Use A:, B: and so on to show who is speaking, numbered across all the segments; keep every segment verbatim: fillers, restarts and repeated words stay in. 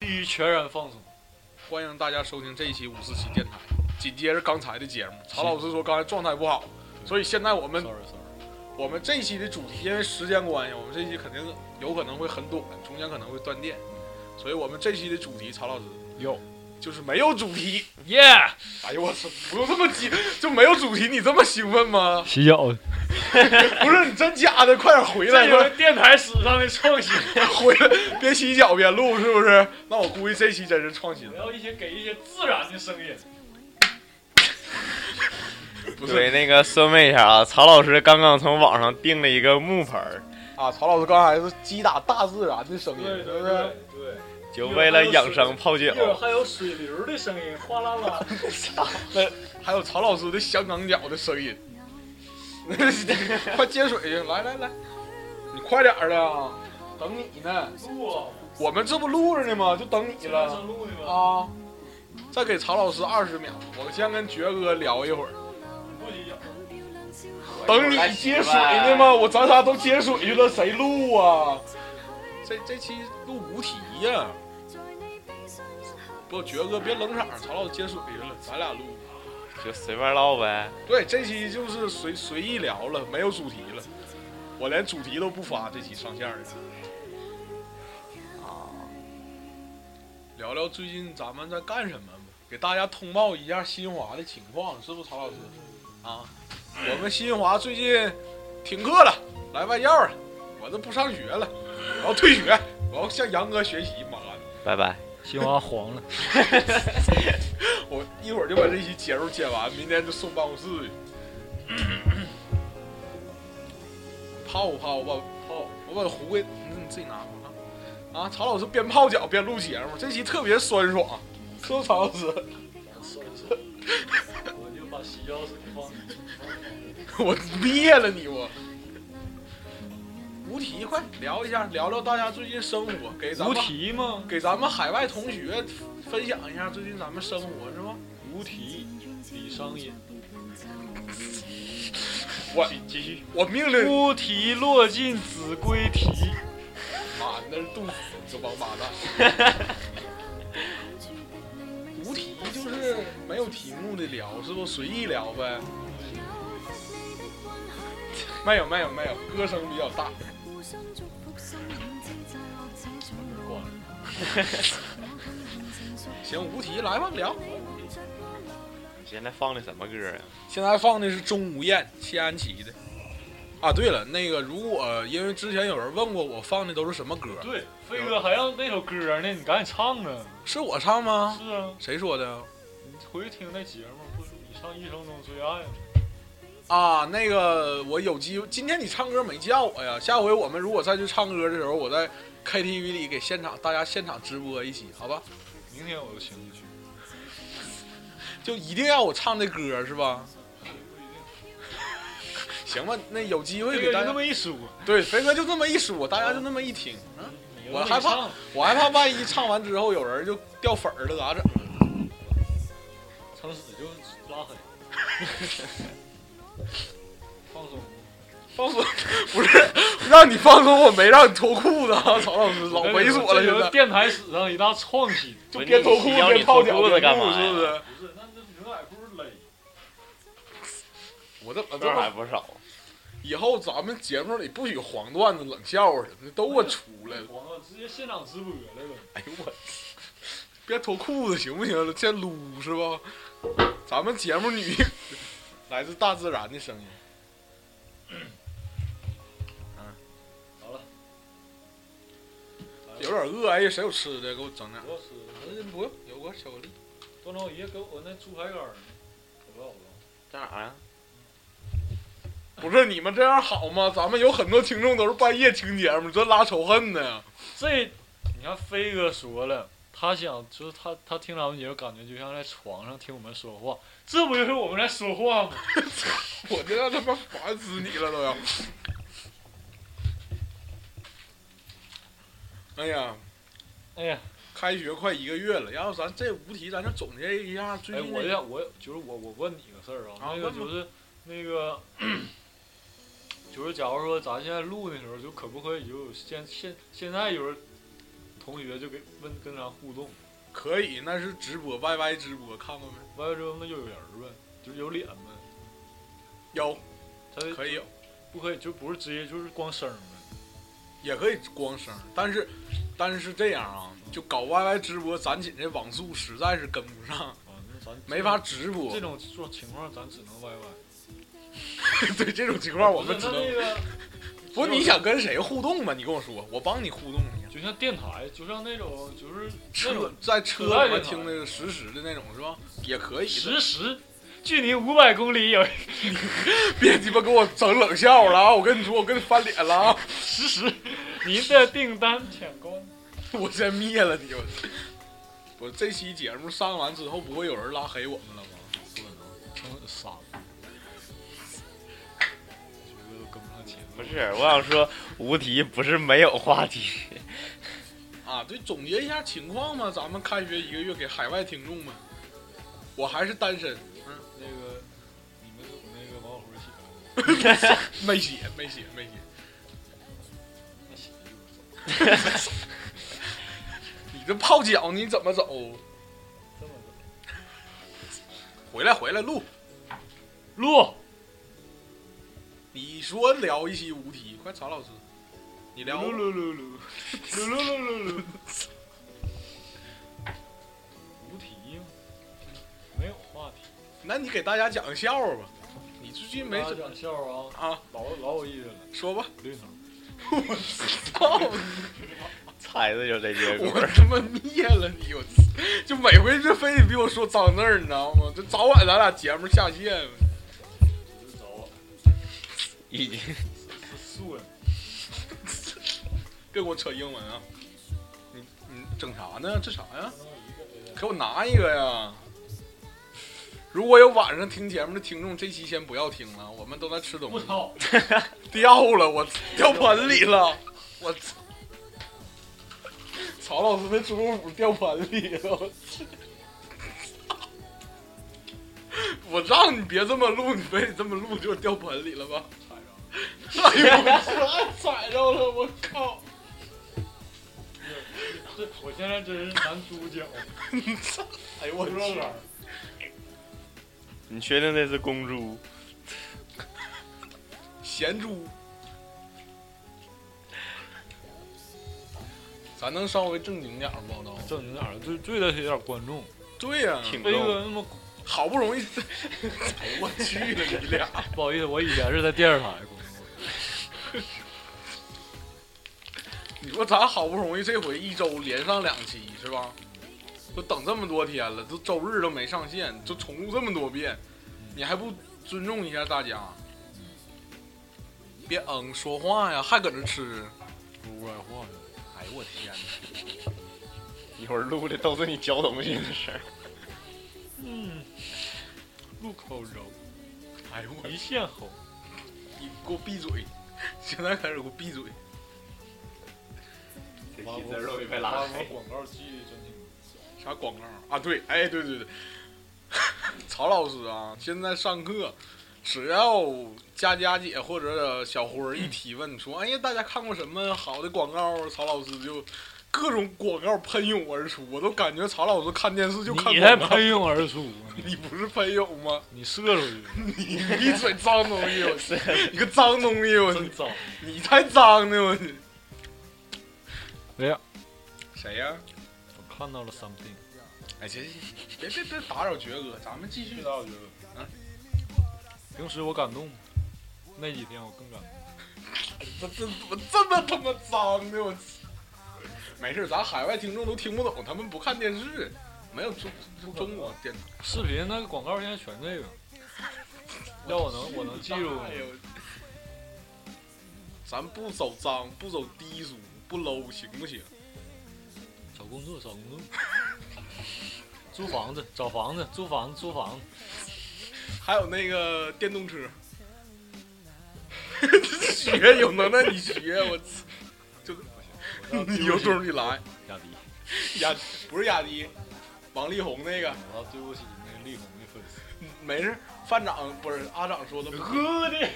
A: 须全然放松。
B: 欢迎大家收听这一期五四七电台。紧接着刚才的节目，曹老师说刚才状态不好，所以现在我们
A: sorry sorry，
B: 我们这一期的主题，因为时间关系，我们这一期肯定有可能会很短，中间可能会断电，所以我们这期的主题，曹老师
A: 有
B: 就是没有主题。
A: 耶！
B: 哎呦我操，不用这么急，就没有主题，你这么兴奋吗？
A: 洗脚，
B: 不是你真假的，快点回来！
A: 这是电台史上的创新。
B: 回来，边洗脚边录，是不是？那我估计这期真是创新了。
A: 要一些给一些自然的声音。
B: 不是
C: 对，那个顺问一下啊，曹老师刚刚从网上订了一个木盆
B: 啊，曹老师刚才是击打大自然的声音，
A: 对
B: 对不
A: 对对，
C: 就为了养生泡脚。
A: 一会儿还有水流的声音，哗啦啦。
B: 那还有曹老师的香港脚的声音。快接水去，来来来，你快点的啊，等你呢。
A: 录啊！
B: 我们这不录着呢吗？就等你了
A: 录呢吗？
B: 啊！再给曹老师二十秒，我先跟爵哥聊一会儿。等你接水呢吗？我咱仨都接水去了，谁录啊？这这期录无题呀、啊！不，爵哥别冷场，曹老师接水去了，咱俩录。
C: 就随便唠呗。
B: 对，这期就是随随意聊了，没有主题了。我连主题都不发，这期上线了。啊，聊聊最近咱们在干什么吧，给大家通报一下新华的情况，是不是曹老师？啊，我们新华最近停课了，来外教了，我这不上学了，我要退学，我要向杨哥学习，妈的！
C: 拜拜。
A: 新华黄了。
B: 我一会儿就把这期节目剪完，明天就送办公室去。泡泡吧，泡，我把壶给你自己拿啊！啊，曹老师边泡脚边录节目，这期特别酸爽，是不是曹老师？
A: 我就把洗脚水放。
B: 我灭了你我！无题，快聊一下，聊聊大家最近生活，给咱们
A: 无题吗？
B: 给咱们海外同学分享一下最近咱们生活，是吧？
A: 无题，李商隐。
B: 我
A: 继续，
B: 我命令
A: 乌啼落尽子规啼。
B: 妈，那是杜甫，这王八蛋。无题就是没有题目的聊，是不是随意聊呗？没有没有没有，歌声比较大。行，无题，来吧，聊。
C: 现在放的什么歌呀？
B: 现在放的是《钟无艳》，谢安琪的。啊，对了，那个如果因为之前有人问过我放的都是什么歌，
A: 对，飞哥还要那首歌呢，你赶紧唱啊！
B: 是我唱吗？
A: 是啊，
B: 谁说的？
A: 你回去听那节目，不是你唱《一生中最爱》吗？
B: 啊，那个我有机会，今天你唱歌没叫我呀？下回我们如果再去唱歌的时候，我在 K T V 里给现场大家现场直播一起，好吧？
A: 明天我就请你去。
B: 就一定要我唱这歌是吧？行吧，那有机会给大家
A: 那么一说，
B: 对，飞哥就这么一说，大家就那么一听，嗯，我害怕，我害怕万一唱完之后有人就掉粉儿了咋整？
A: 撑死就拉黑。放松，
B: 放松，不是让你放松，我没让你脱裤子啊，曹老师老猥琐了，现在。
A: 电台史上一大创新，
B: 就边脱裤子边泡脚，
C: 子干嘛？
B: 是不是？
A: 不是，那这牛仔裤勒。
B: 我这我
C: 这还不少。
B: 以后咱们节目里不许黄段子、冷笑话，那都给我出来了。
A: 黄段直接现场直播来了。
B: 哎呦我，别脱裤子行不行了？先撸是吧？咱们节目女来自大自然的声音。
A: 嗯，好了，
B: 有点饿，哎呀，谁有吃的？给我整点。
A: 我吃，
B: 不用，有个巧克力。
A: 段老爷给我那猪排干呢，好不好？
C: 在哪呀？
B: 不是你们这样好吗？咱们有很多听众都是半夜听节目，这拉仇恨呢呀。
A: 这，你看飞哥说了，他想就是他他听咱们节目，感觉就像在床上听我们说话，这不就是我们在说话吗？
B: 我这要他妈烦死你了都要。哎呀，
A: 哎呀，
B: 开学快一个月了，要不咱这无题咱就总结一下最近、
A: 哎。我要我就是我我问你个事儿啊，啊，那个就是那个。就是假如说咱现在录的时候，就可不可以就现现现在有人同学就给问跟咱互动。
B: 可以，那是直播 Y Y 直播，看过没？
A: Y Y 直播那就有人呗，就是有脸呗。
B: 有，
A: 他
B: 可以有，
A: 不可以就不是直接就是光声呗。
B: 也可以光声，但是但是是这样啊，就搞 Y Y 直播，咱寝这网速实在是跟不上，
A: 啊，那咱
B: 没法直播。
A: 这种情况咱只能 Y Y。
B: 对这种情况我们只能。
A: 那个
B: 不，你想跟谁互动吗？你跟我说，我帮你互动一下。
A: 就像电台，就像那种就是
B: 车
A: 那种
B: 在车里面听那个实时的那种是吧？也可以。
A: 实时，距离五百公里有。
B: 别鸡巴给我整冷笑了啊！我跟你说，我跟你翻脸了啊！
A: 实时，您的订单抢光。
B: 我先灭了你！我我这期节目上完之后，不会有人拉黑我们了吗？
A: 不可能，成傻了。
C: 不是，我想说无题不是没有话题
B: 啊。对，总结一下情况嘛，咱们开学一个月给海外听众们，我还是单身。
A: 嗯，那个你们有那个王小辉写的
B: 没写，没写，没写。
A: 那写
B: 你这泡脚你怎么走？
A: 这么走。
B: 回来，回来，录
A: 录。
B: 你说聊一期无题，快曹老师，你聊。
A: 噜噜噜噜噜噜噜噜噜。无题吗？没有话题。
B: 那你给大家讲个笑话吧。你最近没
A: 讲笑话
B: 啊？
A: 啊，老老有意思了。
B: 说吧。
A: 绿头。
B: 我操！
C: 猜的就这结果。
B: 我他妈灭了你！我就每回就非得逼我说脏字儿，你知道吗？这早晚咱俩节目下线。
C: 已经
A: 素了，
B: 别给我扯英文啊！你你整啥呢？这啥呀？给我拿一个呀！如果有晚上听节目的听众，这期先不要听了，我们都在吃东西。
A: 我操！
B: 掉了，我掉盆里了！我操！曹老师的猪肉脯掉盆里了！我操！我让你别这么录，你非得这么录，就掉盆里了吧？哎呦，我踩着了！我靠！
A: 这我现在真是男主角。
B: 哎呦我去！
C: 你确定那是公猪？
B: 咸猪。咱能稍微正经点报道？
A: 正经点儿，最最得有点观众。
B: 对呀、啊，
C: 挺
A: 飞哥那么
B: 好不容易，哎呦我去了你俩！
A: 不好意思，我以前是在电视台工作。
B: 你说咱好不容易这回一周连上两期是吧？都等这么多天了，都周日都没上线，就重录这么多遍，你还不尊重一下大家？别嗯说话呀，还搁这吃，
A: 不外话呀！
B: 哎呦我天哪！
C: 一会儿录的都是你嚼东西的事儿。
A: 嗯，入口柔，
B: 哎呦我
A: 一线红。
B: 你给我闭嘴！现在开始给我闭嘴！
C: 这期字肉也快拉黑。
A: 广告记得真清楚。
B: 啥广告啊？对，哎，对对对，曹老师啊，现在上课，只要佳佳姐或者小辉一提问说，哎呀，大家看过什么好的广告？曹老师就各种广告喷涌而出，我都感觉曹老师看电视就看广告。
A: 你才喷涌而出，
B: 你不是喷涌吗？
A: 你射出去！
B: 你闭嘴，脏东西！我你个脏东西！我
A: 真脏！
B: 你才脏呢！我。
A: 哎呀，
B: 谁呀？
A: 我看到了 something。
B: 哎，行行行，别别别打扰爵哥，咱们继续
A: 打扰爵哥。嗯。平时我感动，那几天我更感动。
B: 这这怎么这么他妈脏呢？我。没事，咱海外听众都听不懂，他们不看电视，没有中中国电台。
A: 视频那个广告现在全这个，要我能我能记住。
B: 咱不走脏，不走低俗，不 low 行不行？
A: 找工作，找工作。租房子，找房子，租房子，租房子。
B: 还有那个电动车，学有能耐你学，我操！就你有种你来。
A: 雅迪，
B: 雅不是雅迪，王力宏那个。
A: 我对不起那个力宏的粉丝。
B: 没事，范长不是阿长说的。
A: 喝的。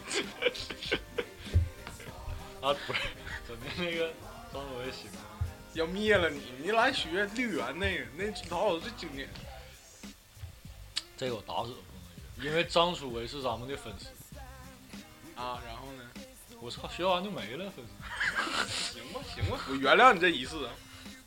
A: 啊不是，怎么那个张伟行？
B: 要灭了你，你来学绿源那个，那曹老师最经典。
A: 这个我打死不能学，因为张楚维是咱们的粉丝
B: 啊。然后呢？
A: 我操，学完就没了粉
B: 丝。行吧，行吧，我原谅你这一次啊。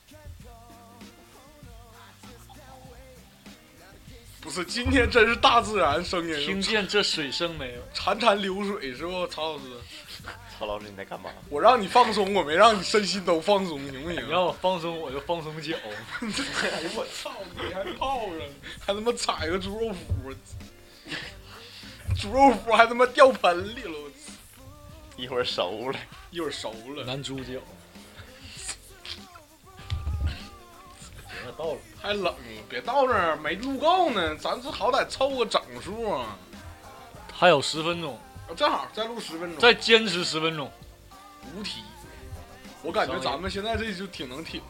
B: 不是，今天真是大自然声音，
A: 听见这水声没有？
B: 潺潺流水是不，曹老师？
C: 曹老师你在干嘛？
B: 我让你放松，我没让你身心都放松，行不行？
A: 你让我放松，我就放松脚。
B: 哎呦我操！你还泡上，还他妈踩个猪肉脯，猪肉脯还他妈掉盆里了，我操！
C: 一会儿熟了，
B: 一会儿熟了。
A: 男猪脚。别到了，
B: 还冷，别到那儿没录够呢，咱这好歹凑个整数啊。
A: 还有十分钟。
B: 正好再录十分钟，
A: 再坚持十分钟，
B: 无题。我感觉咱们现在这就挺能挺。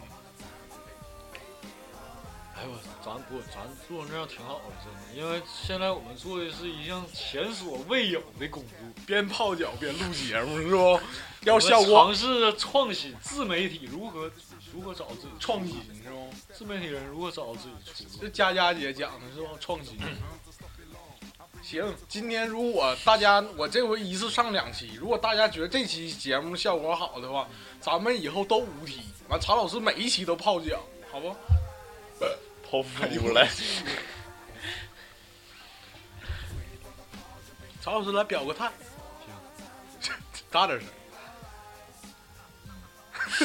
A: 哎我咱不咱做成这样挺好的，真的，因为现在我们做的是一项前所未有的工作，
B: 边泡脚边录节目，是不？要效果。
A: 尝试着创新，自媒体如何如何找自己
B: 创新，是不？
A: 自媒体人如何找自己出路？
B: 这佳佳姐讲的是吧？创新。行，今天如果大家我这回一次上两期，如果大家觉得这期节目效果好的话，咱们以后都无题。完，曹老师每一期都泡脚，好不？
C: 泡服了。
B: 曹老师来表个态。行，大点声。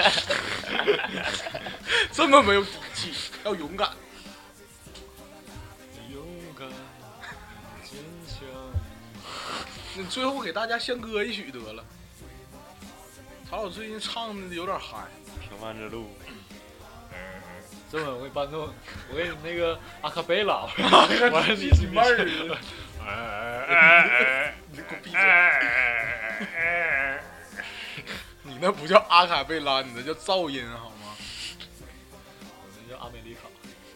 B: 这么没有底气，要勇敢。
A: 勇敢。
B: 你最后给大家先歌一曲得了。曹老最近唱的有点嗨。
C: 平凡之路。
A: 这么我给伴奏，我给你那个阿卡贝拉，
B: 完了你味儿。你给我闭嘴！你那不叫阿卡贝拉，你那叫噪音好吗？
A: 我那叫阿美丽卡。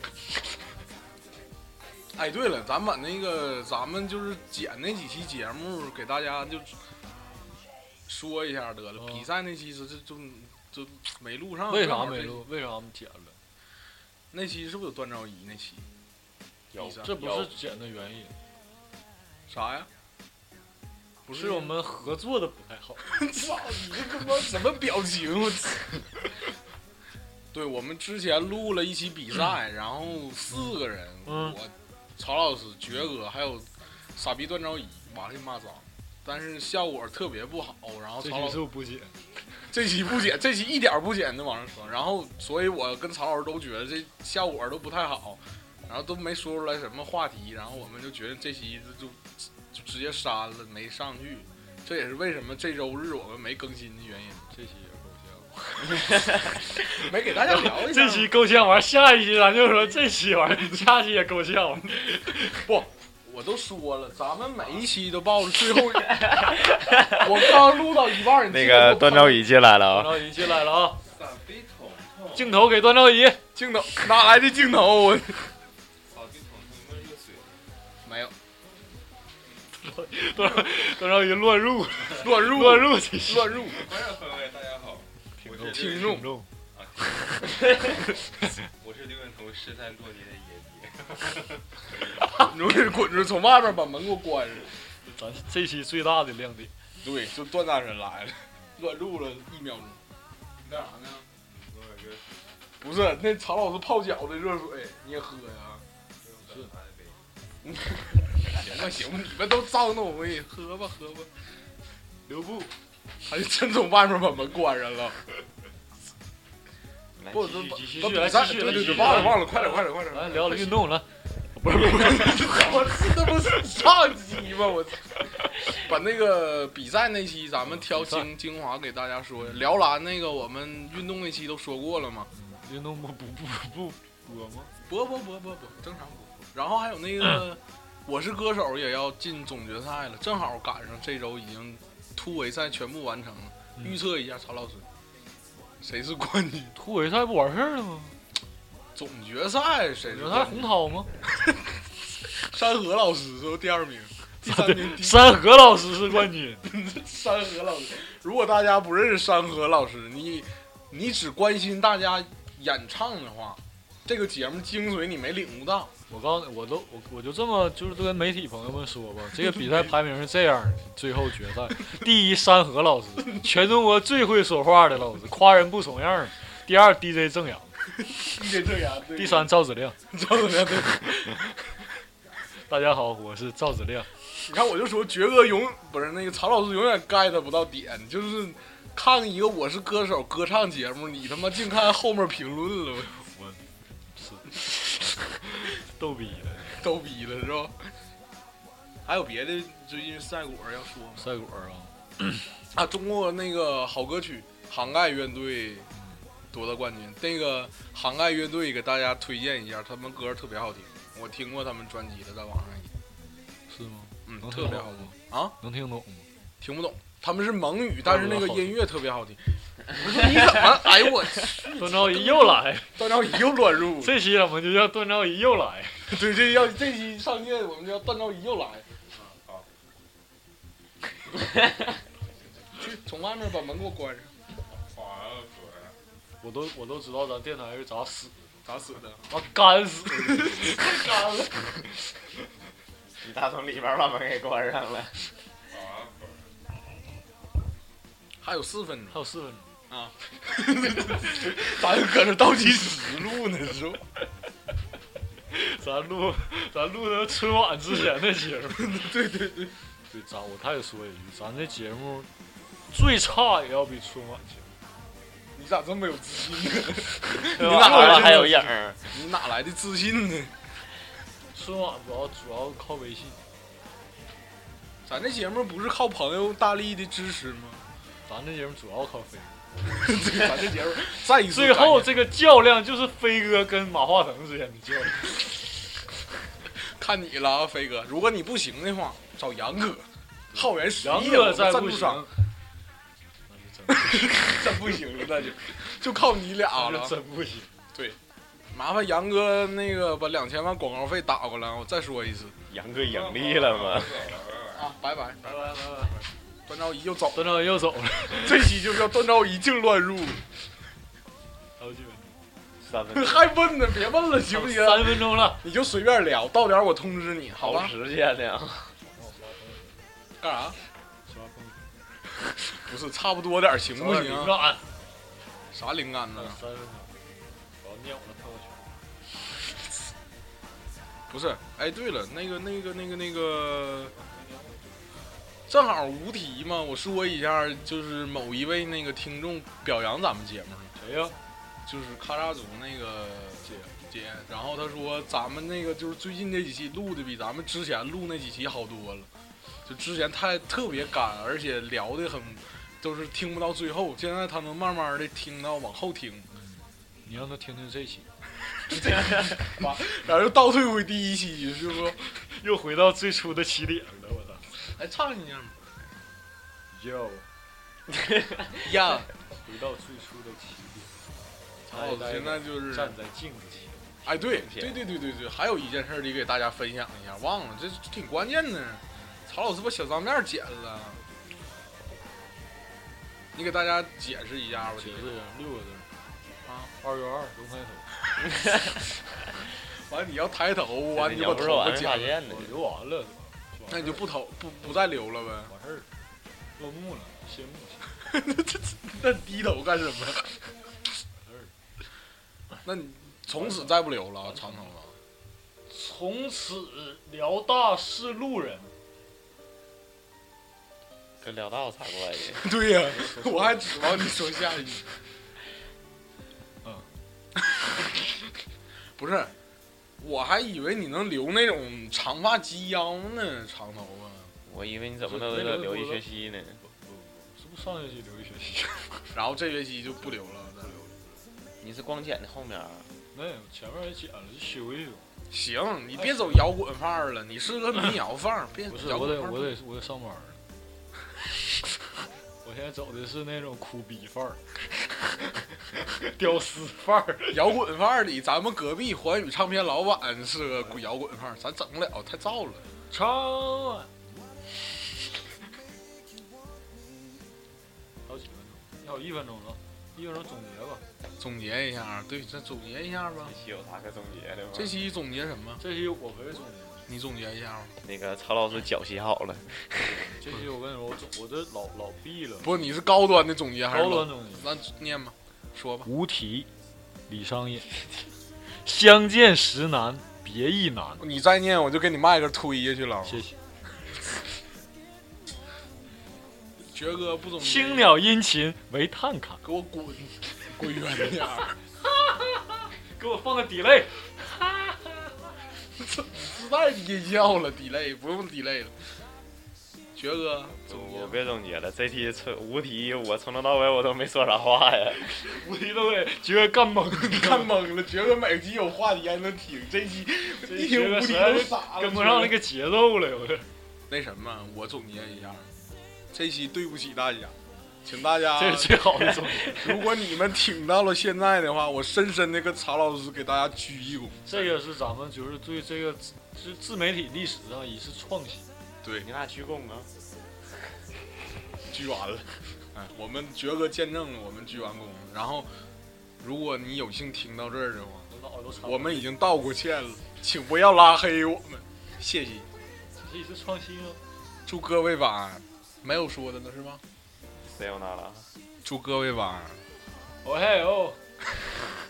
B: 哎，对了，咱把那个咱们就是剪那几期节目给大家就说一下得了。哦、比赛那期是就就就没录上。
A: 为啥没录？为啥我们剪了？
B: 那期是不是有段兆仪那期？
C: 有，
A: 这不是剪的原因。
B: 啥呀？
A: 不是我们合作的不太好。
B: 操你这他妈什么表情？我操！对，我们之前录了一期比赛，然后四个人，
A: 嗯、
B: 我。曹老师、爵哥还有傻逼段兆仪，完了骂脏，但是效果特别不好。然后曹老师
A: 不剪，
B: 这期不剪，这期一点不剪的往上说。然后，所以我跟曹老师都觉得这效果都不太好，然后都没说出来什么话题。然后我们就觉得这期就就直接删了，没上去。这也是为什么这周日我们没更新的原因。
A: 这期也够呛，
B: 没给大家聊一下。
A: 这期够呛完，下一期咱就说这期完，下期也够呛。
B: 不，我都说了，咱们每一期都抱着最后一。我刚录到一半，
C: 那个段兆仪进来了啊！
A: 段兆仪进来了啊！镜头给段兆仪，
B: 镜头哪来的镜头？我。没有。
A: 段段兆仪乱入，
B: 乱入，
A: 乱入，
B: 乱入。
D: 观众朋友们，大家好，我是
B: 听众。
D: 啊，我是刘文彤，失散多年的爷爷。
B: 你说滚着从外边把门给我关上。
A: 咱这期最大的亮点，
B: 对，就段大人来了，乱入了一秒钟。你干啥呢？不是，那曹老师泡脚的热水，你也喝呀？
A: 是。
B: 行吧行吧，你们都脏东西，喝吧喝吧。
A: 留步，
B: 还真从外面把门关上了。不，
A: 继续继续
B: 比赛，对对对，忘了忘了，快点快点快点，
A: 来聊聊运动了。
B: 不是不是，我这不是上期吗？我把那个比赛那期咱们挑精精华给大家说。辽篮那个我们运动那期都说过了吗？
A: 运动不不不不播吗？
B: 播播播播播，正常播。然后还有那个。我是歌手也要进总决赛了，正好赶上这周已经突围赛全部完成了。嗯、预测一下，曹老师，谁是冠军？
A: 突围赛不完事儿了吗？
B: 总决赛谁是？
A: 他洪涛吗？
B: 山河老师是第二名，第三名。
A: 山河老师是冠军。
B: 山河老师，如果大家不认识山河老师，你你只关心大家演唱的话，这个节目精髓你没领悟到。
A: 我告诉你，我都我我就这么就是跟媒体朋友们说吧，这个比赛排名是这样的：最后决赛，第一山河老师，全中国最会说话的老师，夸人不怂样；第二 D J 正阳，
B: D J 正阳，
A: 第三赵子亮。
B: 赵子亮对。
A: 大家好，我是赵子亮。
B: 你看，我就说爵哥永不是那个曹老师永远 get 不到点，就是看一个我是歌手歌唱节目，你他妈净看后面评论了，
A: 我是逗逼了，
B: 逗逼了是吧？还有别的最近赛果要说吗？
A: 赛果啊，
B: 啊，中国那个好歌曲杭盖乐队夺得冠军。那个杭盖乐队给大家推荐一下，他们歌特别好听，我听过他们专辑的，在网上也
A: 是吗？
B: 嗯，
A: 能
B: 特别好听啊，
A: 能听懂吗？
B: 听不懂，他们是蒙语，但是那个音乐特别好听。我说你怎么？哎呦我去！
A: 段兆仪又来，
B: 段兆仪又乱入。
A: 这期我们就叫段兆仪又来。
B: 对，这要这期上线，我们叫段兆仪又来。
D: 好。
B: 去，从外面把门给我关上。
D: 完了，主任。
A: 我都我都知道咱电台是咋死的，
B: 咋死的？
A: 妈干死，太干了。
C: 你打从里边把门给关上了。
B: 还有四分钟，
A: 还有四分钟。
B: 啊，咱搁这倒计时录呢，是吧？
A: 咱录咱录的春晚之前的节目。
B: 对对对，
A: 对，咱我太说一句，咱这节目最差也要比春晚强。
B: 你咋这么有自信呢？
C: 你哪来还有影儿？
B: 你哪来的自信呢？
A: 春晚主要主要靠微信，
B: 咱这节目不是靠朋友大力的支持吗？
A: 咱这节目主要靠飞哥。
B: 对，咱这节目再一次
A: 最后这个较量就是飞哥跟马化腾之间的较量。
B: 看你了啊，飞哥！如果你不行的话，找杨哥，浩源实业
A: 杨哥再
B: 赞
A: 不行，
B: 助商，
A: 那就真
B: 真不行了，那就就靠你俩
A: 那
B: 了
A: 就。真不行。
B: 对，麻烦杨哥那个把两千万广告费打过来，我再说一次
C: 杨哥盈利了吗？
B: 啊！拜拜，
A: 拜拜拜拜。
B: 段兆仪又走，
A: 段兆仪又走了，
B: 这期就叫段兆仪净乱入。
A: 还有几分钟？
C: 三分钟。
B: 还问呢？别问了，行不行？
A: 三分钟了，
B: 你就随便聊，到点我通知你，好吧
C: 好？时间呢？
B: 干啥？
A: 刷朋友
B: 不是差不多点行不
A: 圈。
B: 行？
A: 感。
B: 啥灵感呢？
A: 三分钟，我要念我的朋友圈。
B: 不是，哎，对了，那个、那个、那个、那个，正好无题嘛，我说一下，就是某一位那个听众表扬咱们节目，
A: 谁呀？
B: 就是咔嚓族那个姐姐，然后他说咱们那个就是最近这几期录的比咱们之前录那几期好多了，就之前太特别干，而且聊的很，都是听不到最后，现在他能慢慢的听到往后听。
A: 你让他听听这期，
B: 然后又倒退回第一期，是不？
A: 又回到最初的起点了，我操！
B: 来唱一下嘛。
A: 哟
B: 呀，
A: 回到最初的起点。
B: 哦，现在就是
A: 站在镜子前。
B: 哎，对对对对对对，还有一件事得给大家分享一下，忘了，这挺关键的。曹老师把小脏面剪了，你给大家解释一下吧。
A: 解释六个字
B: 啊，
A: 二月二龙抬头。
B: 完你要抬头，完你就把头发剪了，
A: 我留完了，
B: 那你就不头不不再留了呗。
A: 完事儿，落幕了，谢幕。
B: 那低头干什么？那你从此再不留了，长头发。
A: 从此辽大是路人。
C: 跟辽大有啥关系？
B: 对呀、啊，我还指望你说下一句。
A: 嗯，
B: 不是，我还以为你能留那种长发及腰呢，长头发。
C: 我以为你怎么都得留一学期呢。
A: 是不是上学期留一学期？
B: 然后这学期就不留了，再留。
C: 你是光剪的后面啊？
A: 没有，前面也剪了，就修一修。
B: 行，你别走摇滚范儿了，你适合民谣范儿，别
A: 不是，我得我得我得上班了。我现在走的是那种苦逼范儿，屌丝范儿。
B: 摇滚范儿里，咱们隔壁环宇唱片老板是个摇滚范儿，咱整不了，太燥了。
A: 唱啊！还有几分钟？还有一分钟了。 一会儿总结吧。
B: 总结一下，对，再总结一下吧。
C: 这期有啥可总结的吗？
B: 这期总结什么？
A: 这期我可以总结。
B: 你总结一下吧。
C: 那个曹老师脚洗好了。
A: 这期我跟你说，我总我这老老毕了。
B: 不，你是高端的总结还是
A: 高端总结？
B: 那念吧，说吧。
A: 无题，李商隐。相见时难别亦难。
B: 你再念，我就给你麦克推下去了。
A: 谢谢。
B: 爵哥不总结。
A: 青鸟殷勤为探看。
B: 给我滚，滚远点儿。
A: 给我放个 delay。
B: 自带音效了 delay 不用 delay 了。爵哥，
C: 我别总结了，这题从无题，我从头到尾我都没说啥话呀。
A: 无题都给爵哥干懵了，
B: 干懵了。爵哥每期有话题还能听，这期一听无题都傻了，
A: 跟不上那个节奏了，有点。
B: 那什么，我总结一下，这期对不起大家，请大家，
A: 这是最好的总结。
B: 如果你们挺到了现在的话，我深深的跟曹老师给大家鞠一躬。
A: 这个是咱们就是对这个自自媒体历史上一次创新。
B: 对，
C: 你俩鞠躬啊？
B: 鞠完了。哎，我们爵哥见证了我们鞠完躬。然后，如果你有幸听到这儿的话，我们已经道过歉了，请不要拉黑我们，谢谢。
A: 这是一次创新啊！
B: 祝各位晚安。没有说的呢是吧？
C: 谁有那了？
B: 祝各位晚安。
A: 哦嘿哦。